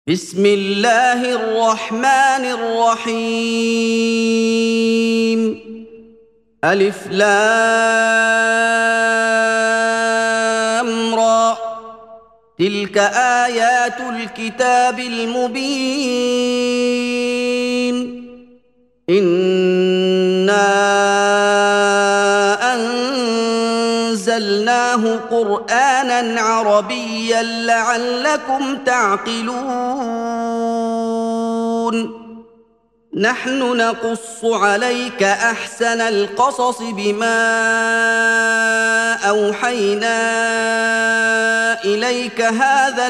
بسم الله الرحمن الرحيم. ألف لام را. تلك آيات الكتاب المبين. إنا أنزلناه قرآنا عربيا لعلكم تعقلون. نحن نقص عليك أحسن القصص بما أوحينا إليك هذا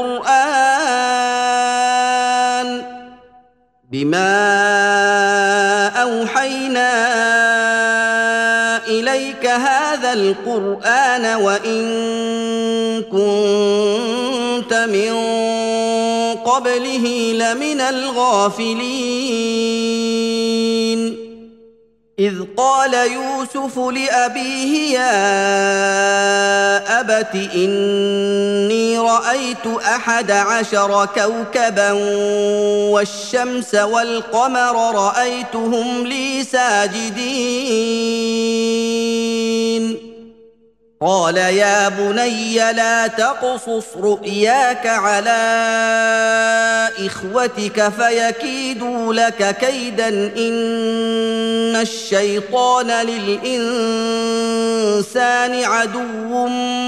القرآن وإن كنت من قبله لمن الغافلين. إذ قال يوسف لأبيه يا أبت إني رأيت 11 كوكبا والشمس والقمر رأيتهم لي ساجدين. قال يا بني لا تقصص رؤياك على إخوتك فيكيدوا لك كيدا إن الشيطان للإنسان عدو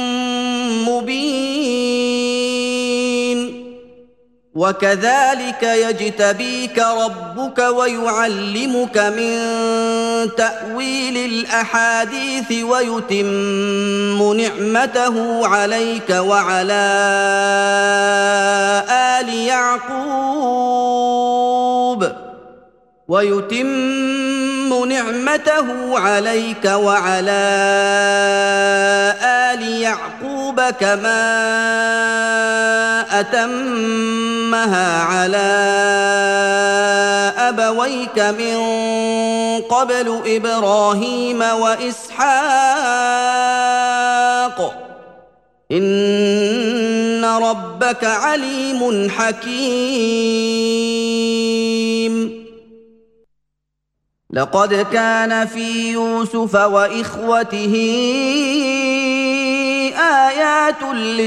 مبين. وكذلك يجتبيك ربك ويعلمك من تأويل الأحاديث ويتم نعمته عليك وعلى آل يعقوب كما أتمها على أبويك من قبل إبراهيم وإسحاق إن ربك عليم حكيم. لقد كان في يوسف وإخوته آيات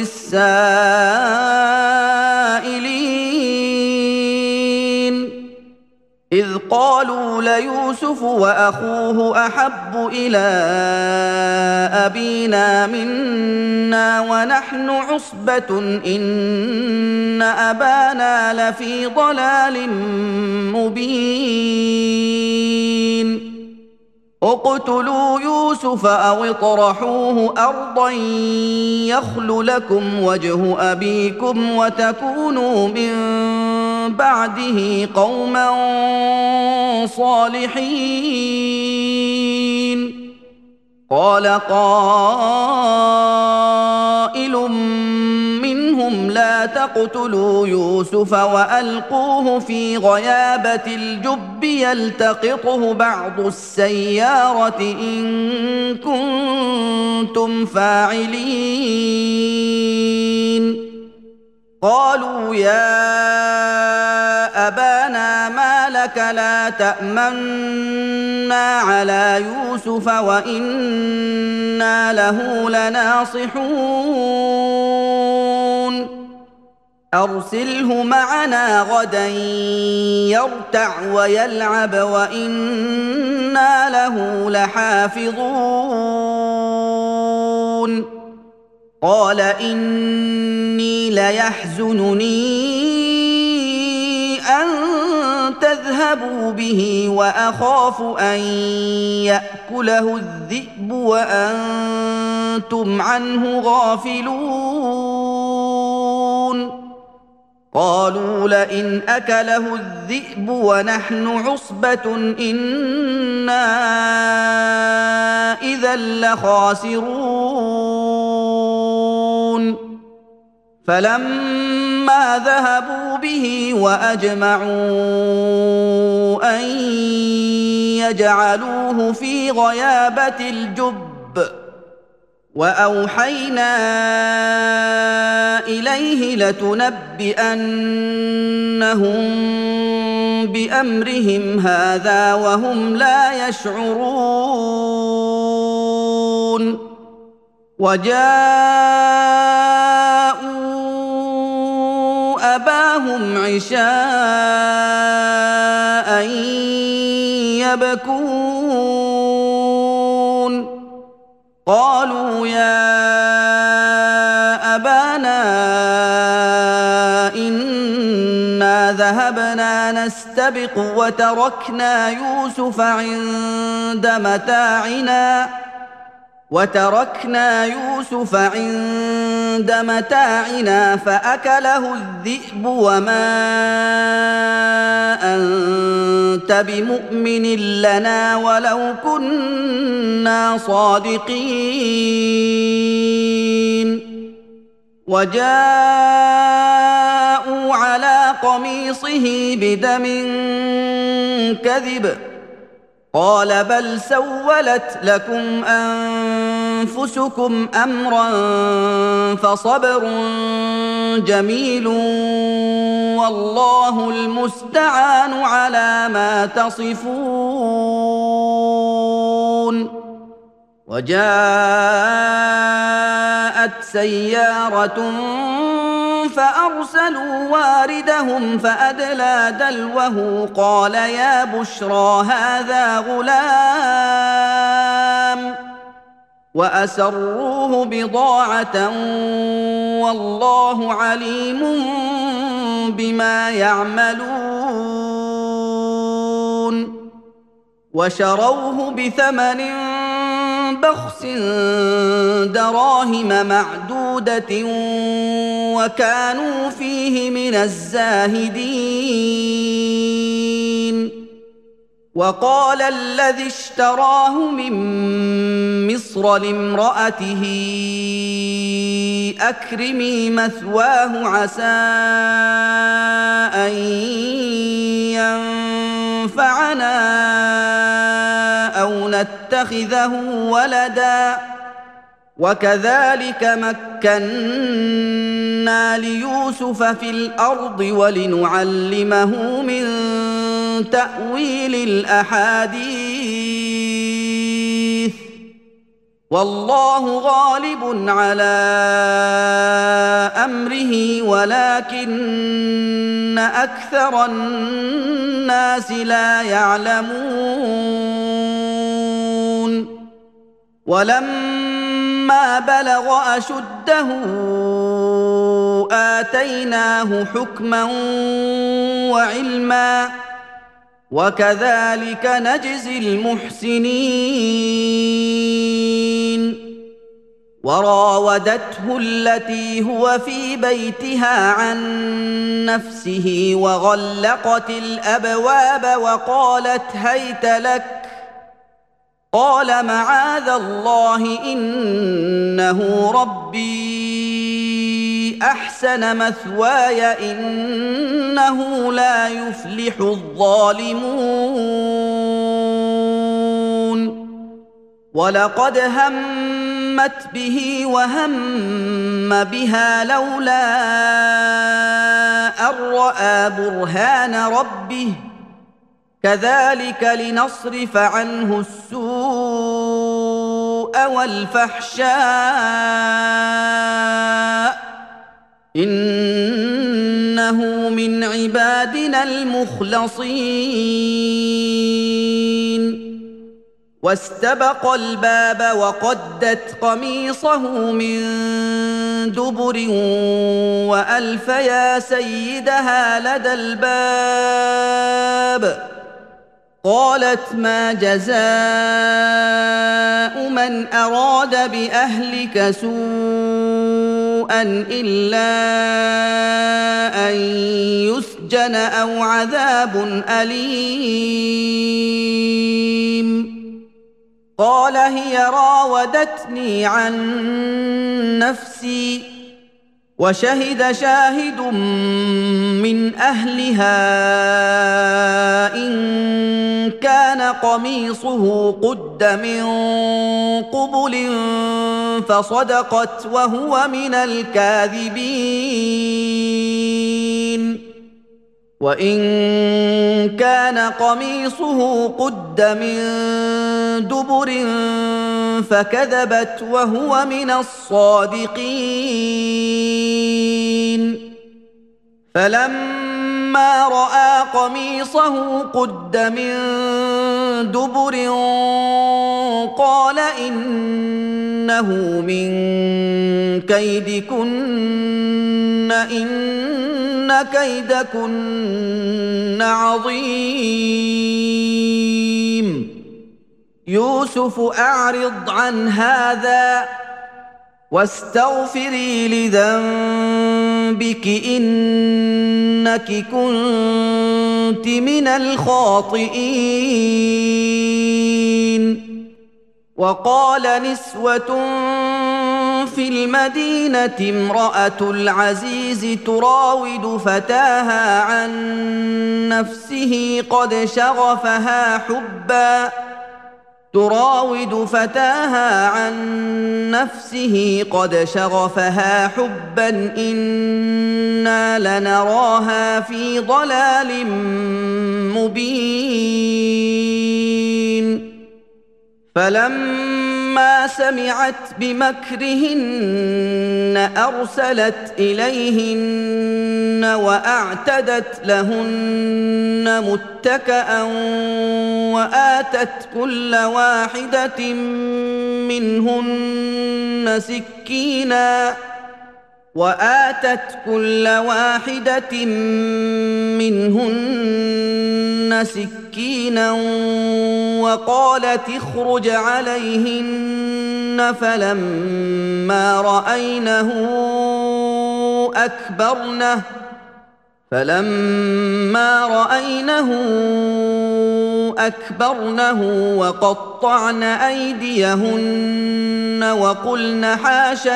للسائلين. إذ قالوا ليوسف وأخوه أحب إلى أبينا منا ونحن عصبة إن أبانا لفي ضلال مبين. اقتلوا يوسف أو اطرحوه أرضا يخل لكم وجه أبيكم وتكونوا من بعده قوما صالحين. قال قائل منهم لا تقتلوا يوسف وألقوه في غيابة الجب يلتقطه بعض السيارة إن كنتم فاعلين. قالوا يا أبانا ما لك لا تأمنا على يوسف وإنا له لناصحون. أرسله معنا غدا يرتع ويلعب وإنا له لحافظون. قال إني ليحزنني أن تذهبوا به وأخاف أن يأكله الذئب وأنتم عنه غافلون. قالوا لئن أكله الذئب ونحن عصبة إنا إذا لخاسرون. فلما ذهبوا به وأجمعوا أن يجعلوه في غيابة الجب واوحينا اليه لتنبئنهم بامرهم هذا وهم لا يشعرون وجاءوا اباهم عشاء يبكون قالوا يا أبانا إنا ذهبنا نستبق وتركنا يوسف عند متاعنا فأكله الذئب وما أنت بمؤمن لنا ولو كنا صادقين وجاءوا على قميصه بدم كذب قال بل سولت لكم أنفسكم أمرا فصبر جميل والله المستعان على ما تصفون وجاءت سيارة فأرسلوا واردهم فأدلى دلوه قال يا بشرى هذا غلام وأسروه بضاعة والله عليم بما يعملون وشروه بثمن بخس دراهم معدودة وكانوا فيه من الزاهدين وقال الذي اشتراه من مصر لامرأته أكرمي مثواه عسى أن ينفعنا أو نتخذه ولدا وكذلك مكنا ليوسف في الأرض ولنعلمه من تأويل الأحاديث والله غالب على أمره ولكن أكثر الناس لا يعلمون ولما بلغ أشده آتيناه حكما وعلما وكذلك نجزي المحسنين وراودته التي هو في بيتها عن نفسه وغلقت الأبواب وقالت هيت لك قال معاذ الله إنه ربي أحسن مثواي إنه لا يفلح الظالمون ولقد همت به وهم بها لولا أن رأى برهان ربه كذلك لنصرف عنه السوء والفحشاء إنه من عبادنا المخلصين واستبق الباب وقدت قميصه من دبر وألف يا سيدها لدى الباب قالت ما جزاء من أراد بأهلك سوءا إلا أن يسجن أو عذاب أليم قال هي راودتني عن نفسي وشهد شاهد من أهلها إن كان بدا قميصه قد من قبل فصدقت وهو من الكاذبين وان كان قميصه قد من دبر فكذبت وهو من الصادقين فلما راى قميصه قد من دبر قال انه من كيدكن ان كيدكن عظيم يوسف اعرض عن هذا واستغفري لذنبك انك كنت من الخاطئين وقال نسوة في المدينة امرأة العزيز تراود فتاها عن نفسه قد شغفها حبا إنا لنراها في ضلال مبين فلما سمعت بمكرهن أرسلت إليهن وأعتدت لهن متكأ وآتت كل واحدة منهن سكينا وقالت اخرج عليهن فلما رأينه أكبرنه وقطعن أيديهن وقلن حاش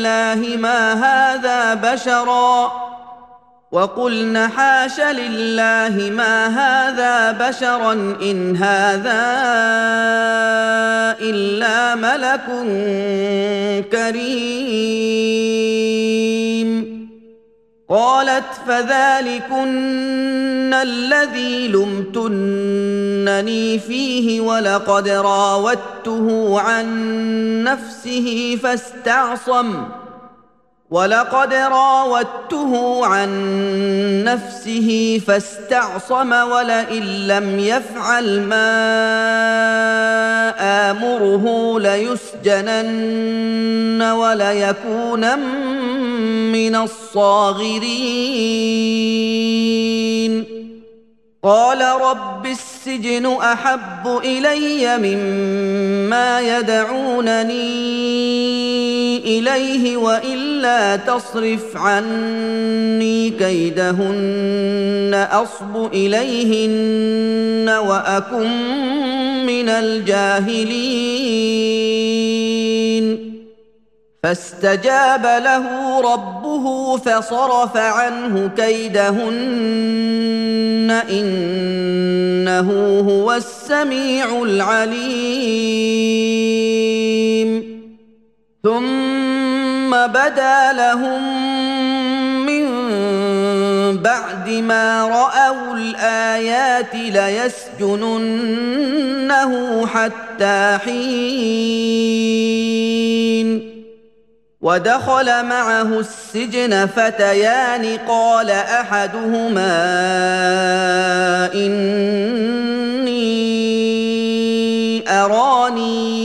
لله ما هذا بشرا إن هذا إلا ملك كريم قالت فذلكن الذي لمتنني فيه ولقد راودته عن نفسه فاستعصم ولئن لم يفعل ما آمره ليسجنن وليكونا من الصاغرين قال رب السجن أحب إلي مما يدعونني إليه وإلا تصرف عني كيدهن أصب إليهن وأكن من الجاهلين فاستجاب له ربه فصرف عنه كيدهن إنه هو السميع العليم ثم بدا لهم من بعد ما رأوا الآيات ليسجننه حتى حين ودخل معه السجن فتيان قال أحدهما إني أراني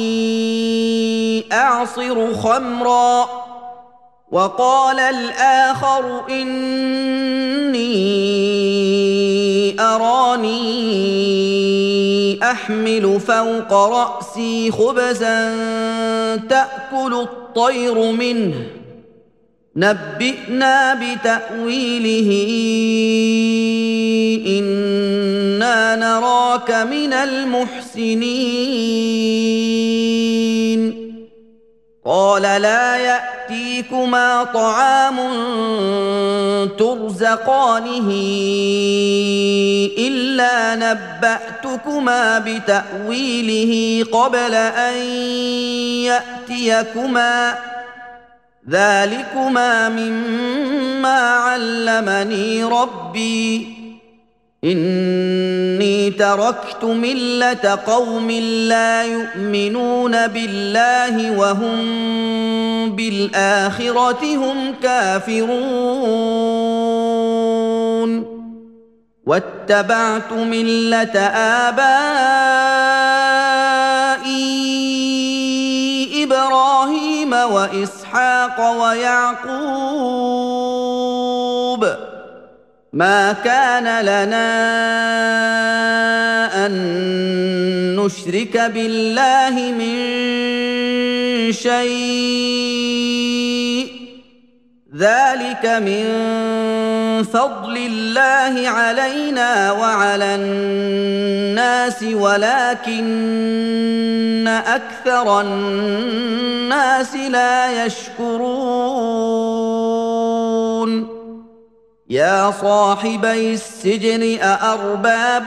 أعصر خمرا وقال الآخر إني أراني أحمل فوق رأسي خبزا تأكل الطير منه نبئنا بتأويله إنا نراك من المحسنين قال لا يأتي ياتيكما طعام ترزقانه الا نباتكما بتاويله قبل ان ياتيكما ذلكما مما علمني ربي إني تركت ملة قوم لا يؤمنون بالله وهم بالآخرة هم كافرون واتبعت ملة آبائي إبراهيم وإسحاق ويعقوب ما كان لنا أن نشرك بالله من شيء ذلك من فضل الله علينا وعلى الناس ولكن أكثر الناس لا يشكرون يا صاحبي السجن أأرباب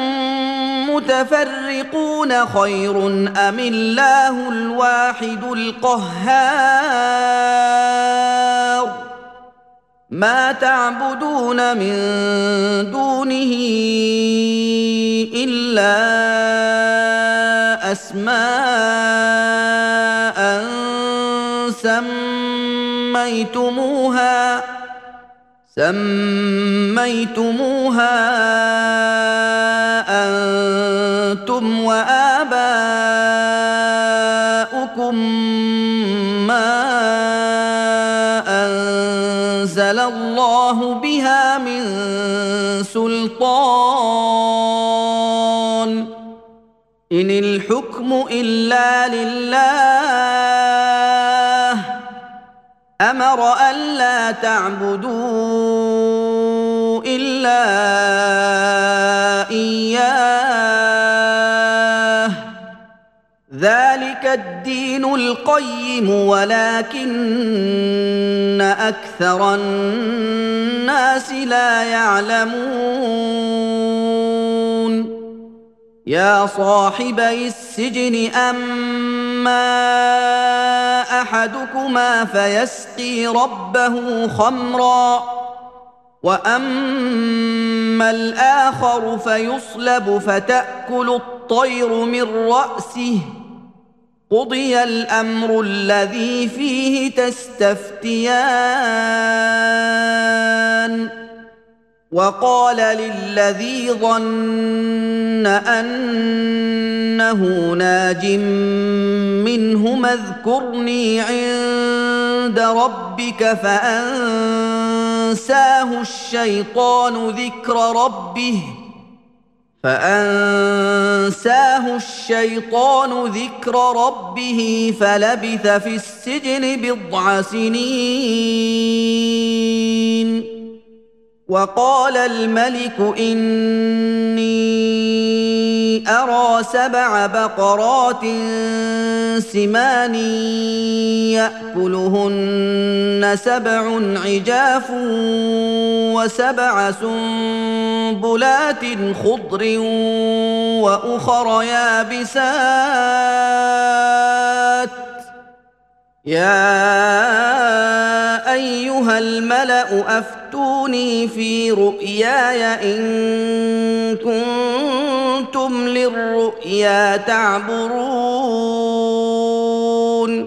متفرقون خير أم الله الواحد القهار ما تعبدون من دونه إلا أسماء سميتموها أنتم وآباؤكم ما أنزل الله بها من سلطان إن الحكم إلا لله أمر ألا تعبدوا إلا إياه ذلك الدين القيم ولكن أكثر الناس لا يعلمون يا صاحبي السجن أما أحدكما فيسقي ربه خمرا وأما الآخر فيصلب فتأكل الطير من رأسه قضي الأمر الذي فيه تستفتيان وقال للذي ظن أنه ناج منهما اذكرني عند ربك فأنساه الشيطان ذكر ربه فلبث في السجن بضع سنين وقال الملك إني أرى 7 بقرات سمان يأكلهن 7 عجاف و7 سنبلات خضر وأخر يابسات يا أيها الملأ أفتوني في رؤياي إن كنتم للرؤيا تعبرون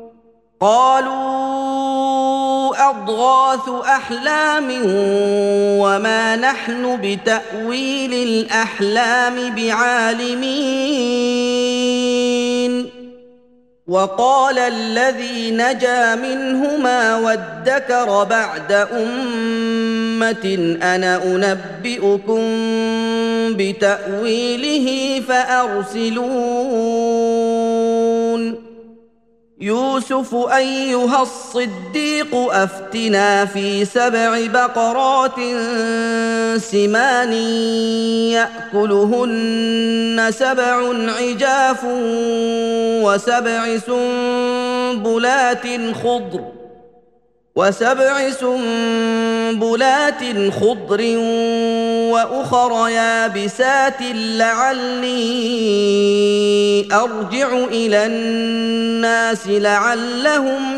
قالوا أضغاث أحلام وما نحن بتأويل الأحلام بعالمين وقال الذي نجا منهما وادكر بعد أمة أنا أنبئكم بتأويله فأرسلون يوسف أيها الصديق أفتنا في 7 بقرات سمان يأكلهن 7 عجاف و7 سنبلات خضر وسبع سنبلات خضر واخر يابسات لعلي ارجع الى الناس لعلهم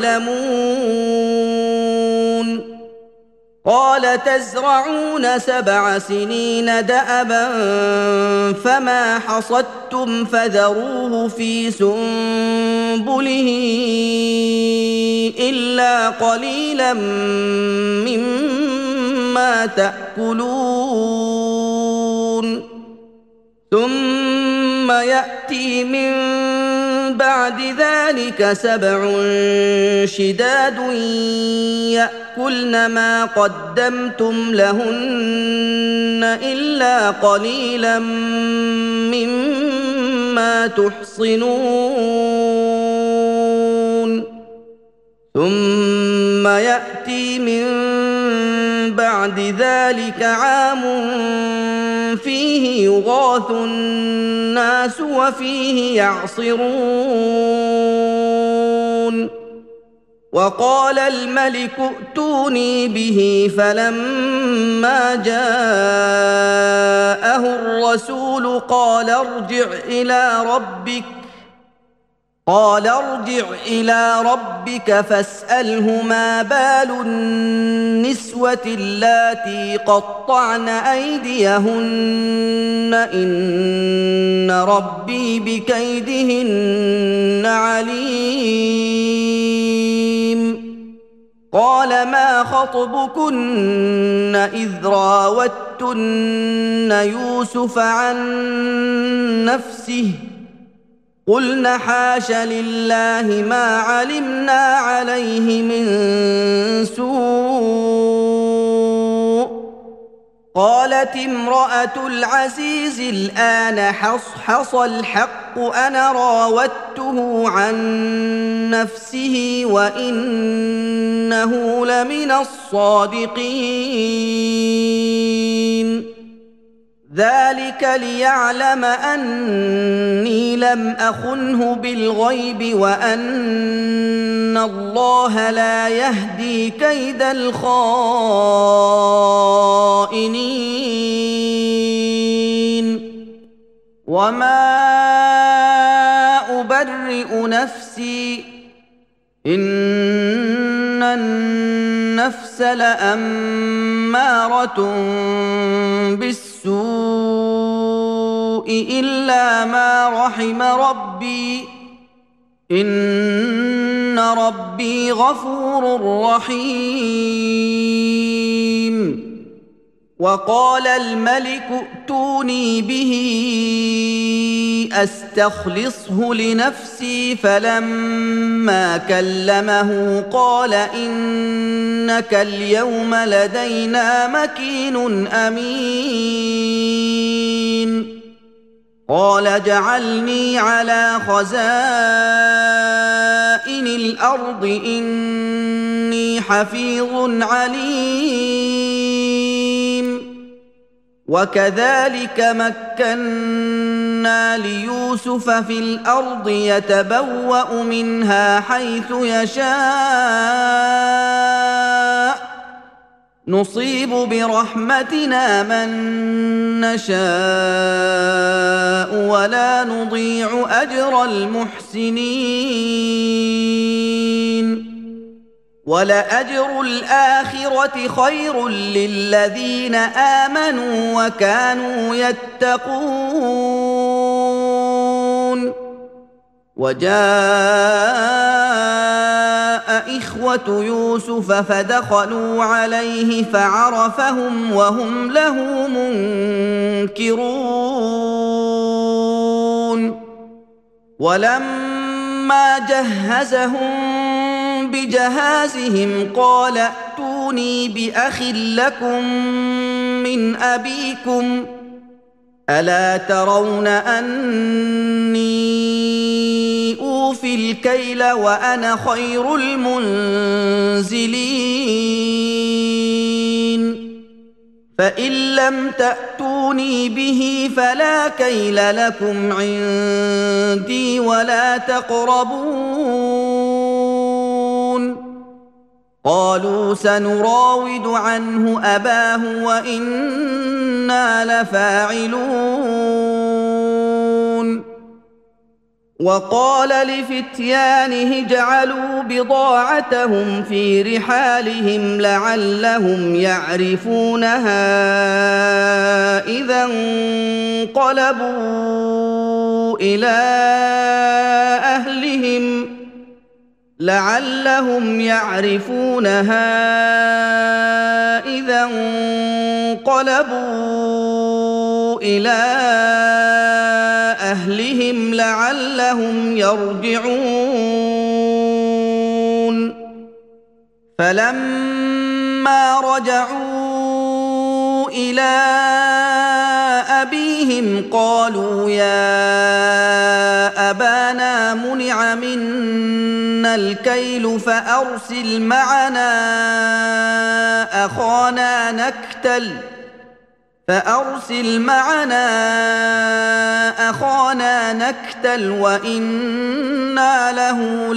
يعلمون قال تزرعون 7 سنين دأبا فما حصدتم فذروه في سنبله إلا قليلا مما تأكلون ثم يأتي من بعد ذلك 7 شداد يأكلن ما قدمتم لهن إلا قليلا مما تحصنون ثم يأتي من بعد ذلك عام فيه يغاث الناس وفيه يعصرون وقال الملك ائتوني به فلما جاءه الرسول قال ارجع إلى ربك فاسأله ما بال النسوة اللاتي قطعن أيديهن إن ربي بكيدهن عليم قال ما خطبكن إذ راوتن يوسف عن نفسه قلنا حاش لله ما علمنا عليه من سوء قالت امرأة العزيز الآن حصحص الحق أنا راودته عن نفسه وإنه لمن الصادقين ذلك ليعلم أني لم أخنه بالغيب وأن الله لا يهدي كيد الخائنين وما أبرئ نفسي إن النفس لأمارة بالسوء إلا ما رحم ربي إن ربي غفور رحيم وقال الملك ائتوني به أستخلصه لنفسي فلما كلمه قال إنك اليوم لدينا مكين أمين قال اجعلني على خزائن الأرض إني حفيظ عليم وكذلك مكنا ليوسف في الأرض يتبوأ منها حيث يشاء نصيب برحمتنا من نشاء ولا نضيع أجر المحسنين ولأجر الآخرة خير للذين آمنوا وكانوا يتقون وجاء إخوة يوسف فدخلوا عليه فعرفهم وهم له منكرون ولما جهزهم بجهازهم قال ائتوني بأخ لكم من أبيكم ألا ترون أني أوفي الكيل وأنا خير المنزلين فإن لم تأتوني به فلا كيل لكم عندي ولا تقربون قالوا سنراود عنه أباه وإنا لفاعلون وقال لفتيانه اجعلوا بضاعتهم في رحالهم لعلهم يعرفونها إذا انقلبوا إلى أهلهم لعلهم يرجعون فلما رجعوا إلى أبيهم قالوا يا أبانا منع منا الكيل فأرسل معنا أخانا نكتل وإنا له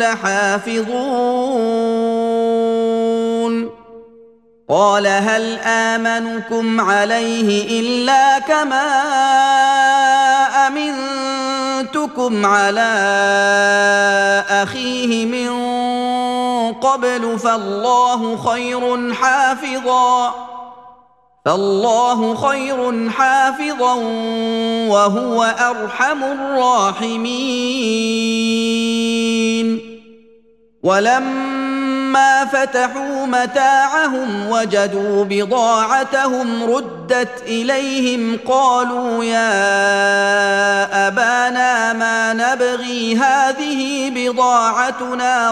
لحافظون قال هل آمنكم عليه إلا كما أمنتكم على أخيه من قبل فالله خير حافظا وهو أرحم الراحمين ولما فتحوا متاعهم وجدوا بضاعتهم ردت إليهم قالوا يا أبانا ما نبغي هذه بضاعتنا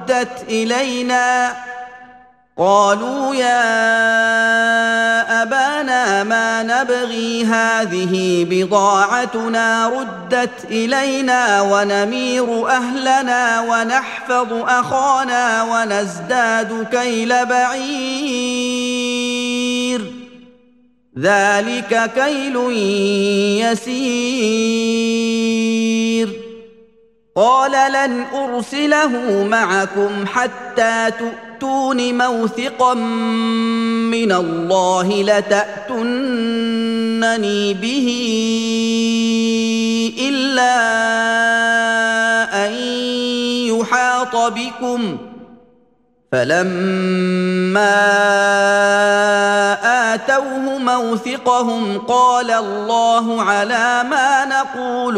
ردت إلينا ونمير أهلنا ونحفظ أخانا ونزداد كيل بعير ذلك كيل يسير قال لن أرسله معكم حتى تؤتون موثقا من الله لتأتونني به إلا أن يحاط بكم فلما آتوه موثقهم قال الله على ما نقول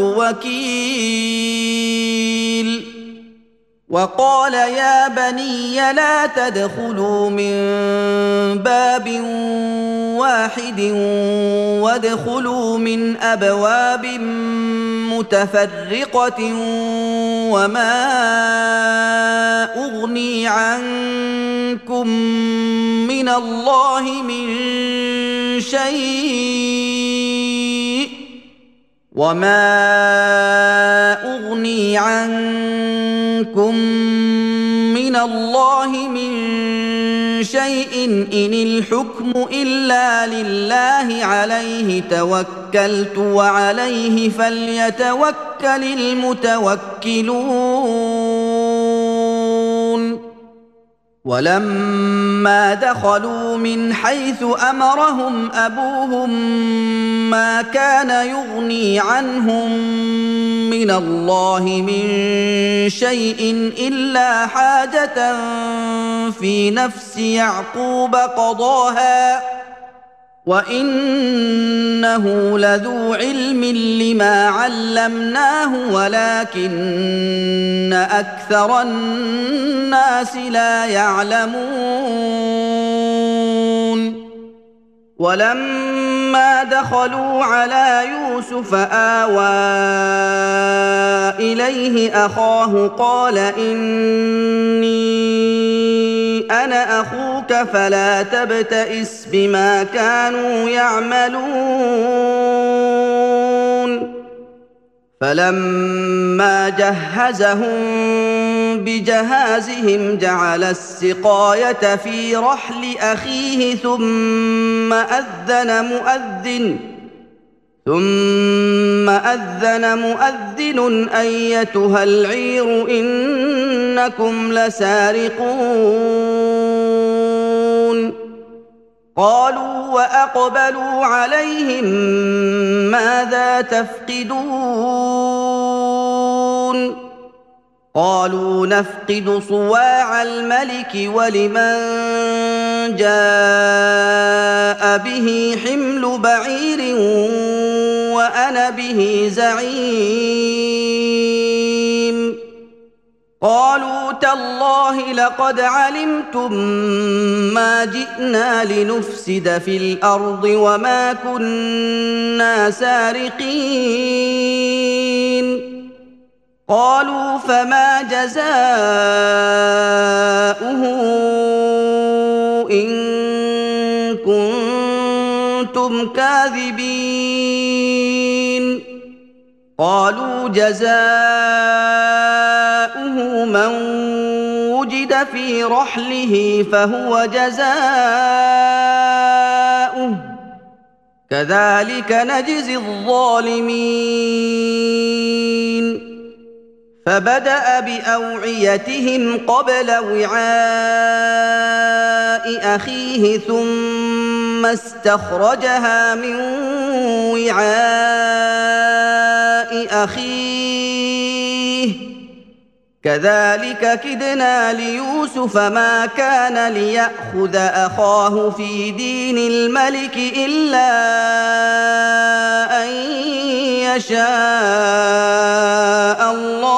وكيل وقال يا بني لا تدخلوا من باب واحد وادخلوا من أبواب متفرقة وما أغني عنكم من الله من شيء إن الحكم إلا لله عليه توكلت وعليه فليتوكل المتوكلون ولما دخلوا من حيث أمرهم أبوهم ما كان يغني عنهم من الله من شيء إلا حاجة في نفس يعقوب قضاها وإنه لذو علم لما علمناه ولكن أكثر الناس لا يعلمون ولما دخلوا على يوسف آوى إليه أخاه قال إني أنا أخوك فلا تبتئس بما كانوا يعملون فلما جهزهم بجهازهم جعل السقاية في رحل أخيه ثم أذن مؤذن أيتها العير إنكم لسارقون قالوا وأقبلوا عليهم ماذا تفقدون قالوا نفقد صواع الملك ولمن جاء به حمل بعير وأنا به زعيم قالوا تالله لقد علمتم ما جئنا لنفسد في الأرض وما كنا سارقين قالوا فما جزاؤه إن كنتم كاذبين قالوا جزاؤه من وجد في رحله فهو جزاؤه كذلك نجزي الظالمين فبدأ بأوعيتهم قبل وعاء أخيه ثم استخرجها من وعاء أخيه كذلك كدنا ليوسف ما كان ليأخذ أخاه في دين الملك إلا أن يشاء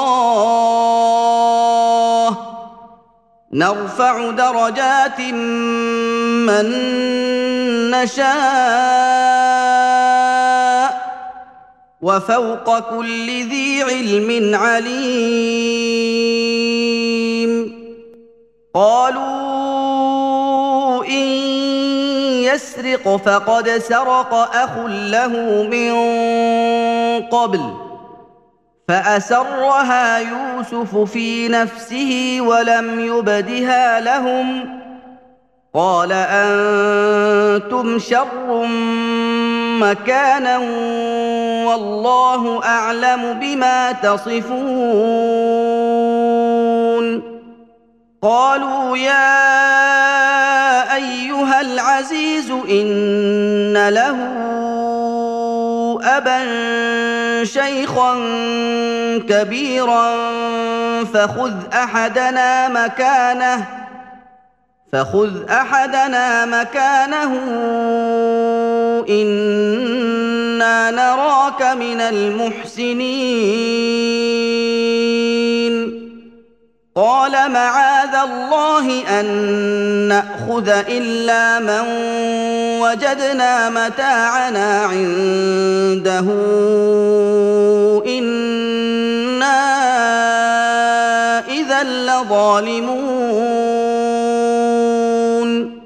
الله نرفع درجات من نشاء وفوق كل ذي علم عليم قالوا إن يسرق فقد سرق أخ له من قبل فأسرها يوسف في نفسه ولم يبدها لهم قال أنتم شر مكانا والله أعلم بما تصفون قالوا يا أيها العزيز إن له أبا شيخا كبيرا فخذ أحدنا مكانه إنا نراك من المحسنين قال معاذ الله أن نأخذ إلا من وجدنا متاعنا عنده إنا إذا لظالمون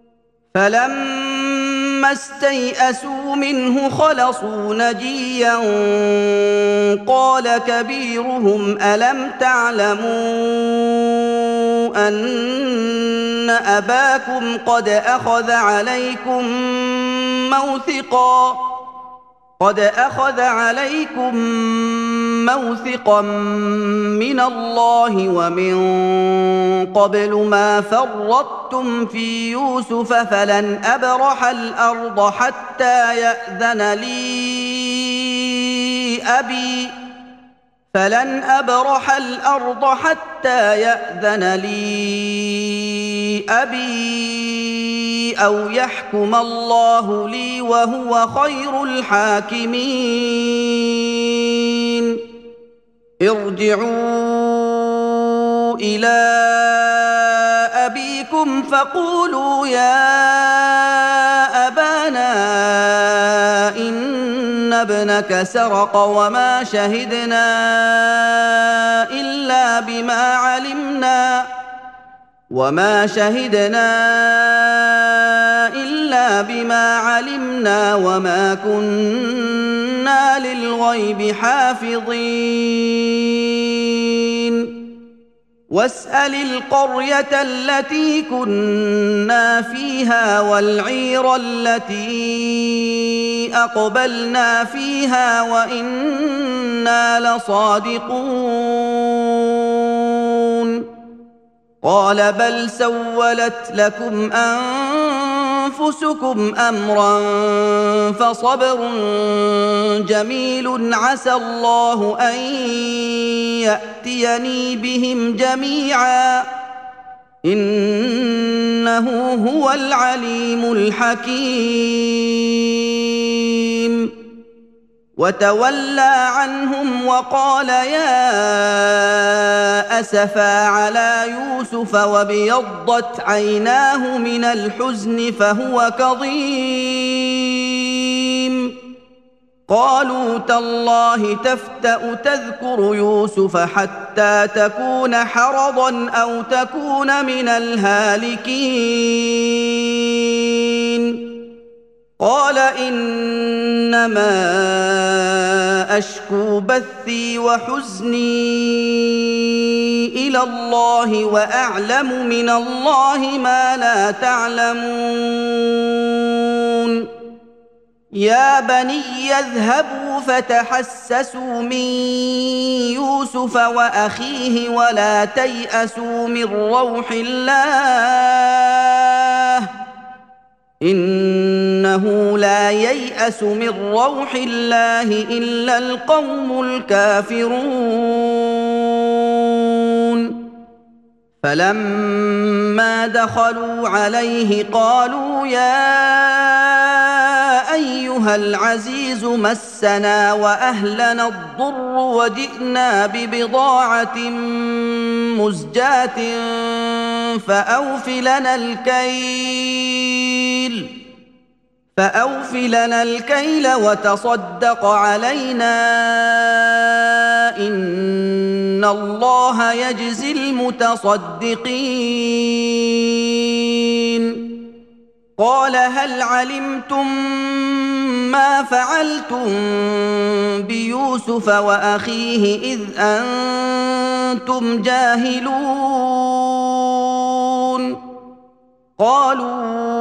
فلما استيئسوا منه خلصوا نجيا قال كبيرهم ألم تعلموا أن أباكم قد أخذ عليكم موثقا من الله ومن قبل ما فرطتم في يوسف فلن أبرح الأرض حتى يأذن لي أبي أو يحكم الله لي وهو خير الحاكمين ارجعوا إلى أبيكم فقولوا يا أبانا إن ابنك سرق وما شهدنا إلا بما علمنا وما كنا للغيب حافظين واسأل القرية التي كنا فيها والعير التي أقبلنا فيها وإنا لصادقون قال بل سولت لكم أنفسكم أمرا فصبر جميل عسى الله أن يأتيني بهم جميعا إنه هو العليم الحكيم وتولى عنهم وقال يا أسفا على يوسف وابيضت عيناه من الحزن فهو كظيم قالوا تالله تفتأ تذكر يوسف حتى تكون حرضا أو تكون من الهالكين قال إنما أشكو بثي وحزني إلى الله وأعلم من الله ما لا تعلمون يا بني اذهبوا فتحسسوا من يوسف وأخيه ولا تيأسوا من روح الله إنه لا ييأس من روح الله إلا القوم الكافرون فلما دخلوا عليه قالوا يا أيها العزيز مسنا وأهلنا الضر وجئنا ببضاعة مزجاة فأوف لنا الكيل وتصدق علينا إن الله يجزي المتصدقين قال هل علمتم ما فعلتم بيوسف وأخيه إذ أنتم جاهلون قالوا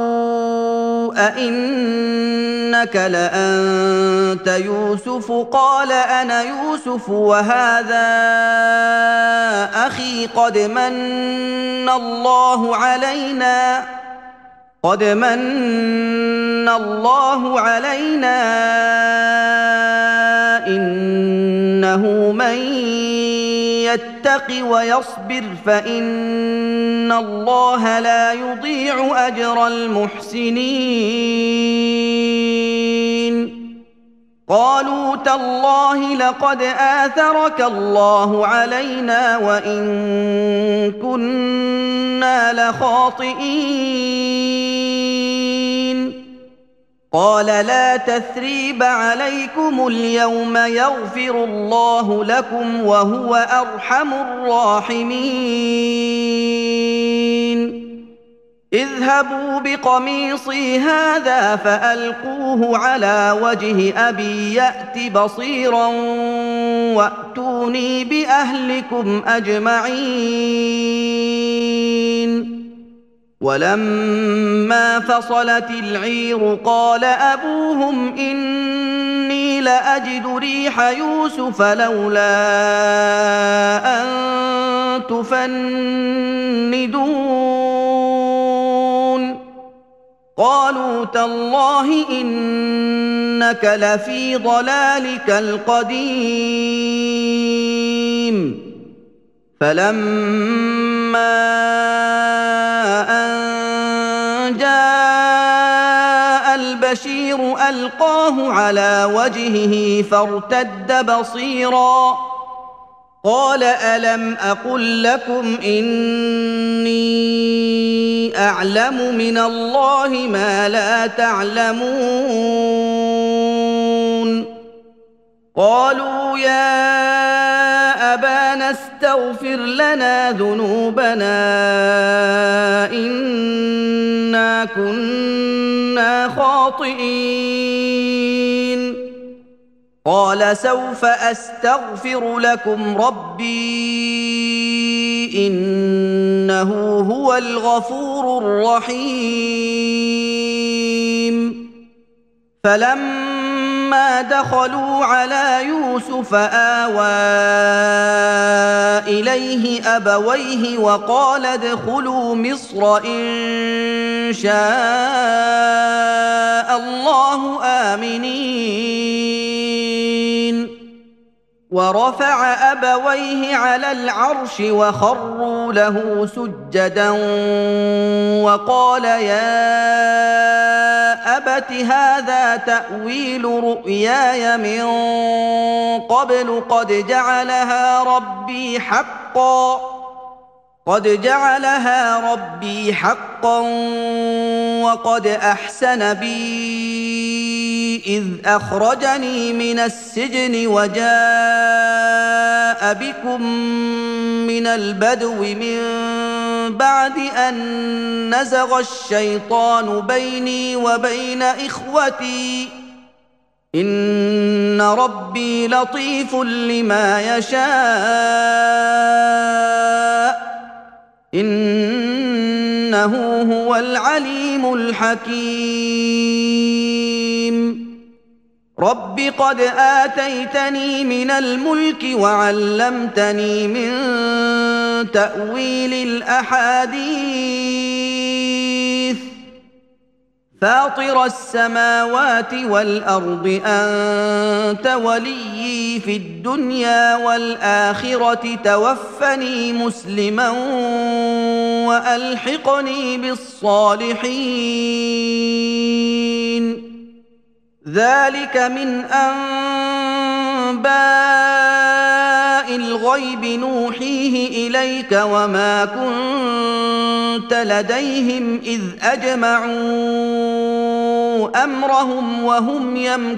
أئنك لأنت يوسف قال أنا يوسف وهذا أخي قد من الله علينا إنه من يتق ويصبر فإن الله لا يضيع أجر المحسنين قالوا تالله لقد آثرك الله علينا وإن كنا لخاطئين قال لا تثريب عليكم اليوم يغفر الله لكم وهو أرحم الراحمين اذهبوا بقميصي هذا فألقوه على وجه أبي يأت بصيرا وأتوني بأهلكم أجمعين ولما فصلت العير قال أبوهم إني لأجد ريح يوسف لولا أن تفندون قالوا تالله إنك لفي ضلالك القديم فلما أن جاء البشير ألقاه على وجهه فارتد بصيرا قال ألم أقل لكم إني أعلم من الله ما لا تعلمون قالوا يا أبانا استغفر لنا ذنوبنا إنا كنا خاطئين قال سوف أستغفر لكم ربي إنه هو الغفور الرحيم فلما فلما دخلوا على يوسف آوى إليه أبويه وقال ادخلوا مصر إن شاء الله آمنين ورفع أبويه على العرش وخروا له سجدا وقال يا أبت هذا تأويل رؤياي من قبل قد جعلها ربي حقا وقد أحسن بي إذ أخرجني من السجن وجاء بكم من البدو من بعد أن نزغ الشيطان بيني وبين إخوتي إن ربي لطيف لما يشاء إنه هو العليم الحكيم رب قد آتيتني من الملك وعلمتني من تأويل الأحاديث فاطر السماوات والأرض أنت وليي في الدنيا والآخرة توفني مسلما وألحقني بالصالحين ذلك من أنباء الغيب نوحيه إليك وما كنت لديهم إذ أجمعوا أمرهم وهم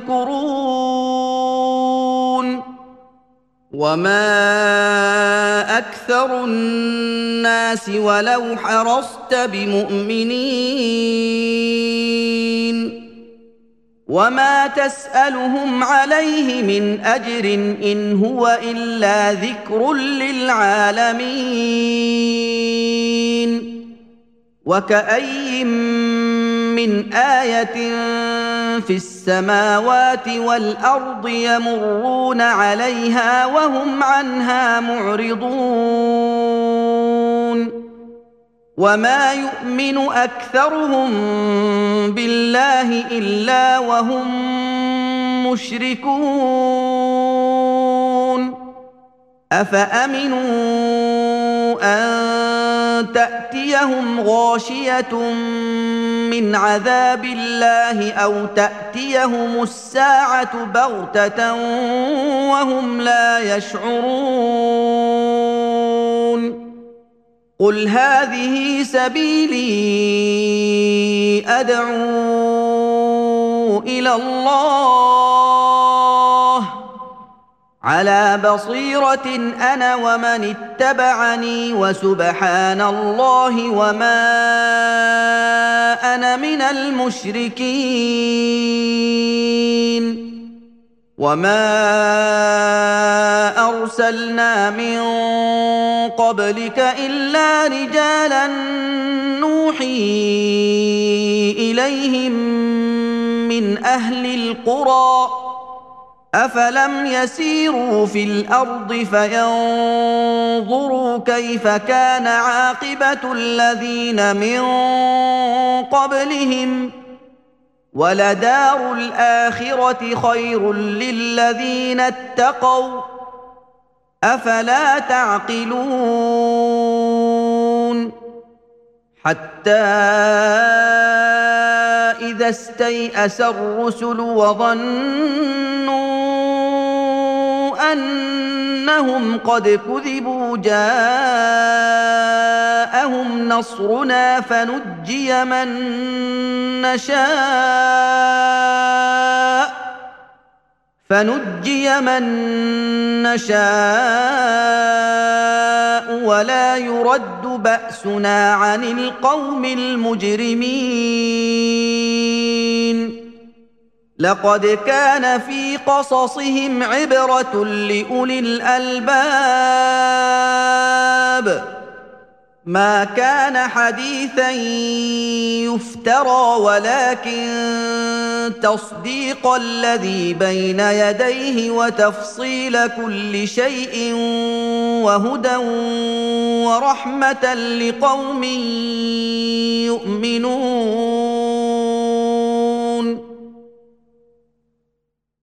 يمكرون وما أكثر الناس ولو حرصت بمؤمنين وما تسألهم عليه من أجر إن هو إلا ذكر للعالمين وكأي من آية في السماوات والأرض يمرون عليها وهم عنها معرضون وما يؤمن أكثرهم بالله إلا وهم مشركون أفأمنوا أن تأتيهم غاشية من عذاب الله أو تأتيهم الساعة بغتة وهم لا يشعرون قل هذه سبيلي أدعو إلى الله على بصيرة أنا ومن اتبعني وسبحان الله وما أنا من المشركين وما أرسلنا من قبلك إلا رجالا نوحي إليهم من أهل القرى أفلم يسيروا في الأرض فينظروا كيف كان عاقبة الذين من قبلهم ولدار الآخرة خير للذين اتقوا أفلا تعقلون حتى إذا استيأس الرسل وظنوا أنهم قد كذبوا جاءهم نصرنا فنجي من نشاء ولا يرد بأسنا عن القوم المجرمين لقد كان في قصصهم عبرة لأولي الألباب ما كان حديثا يفترى ولكن تصديق الذي بين يديه وتفصيل كل شيء وهدى ورحمه لقوم يؤمنون.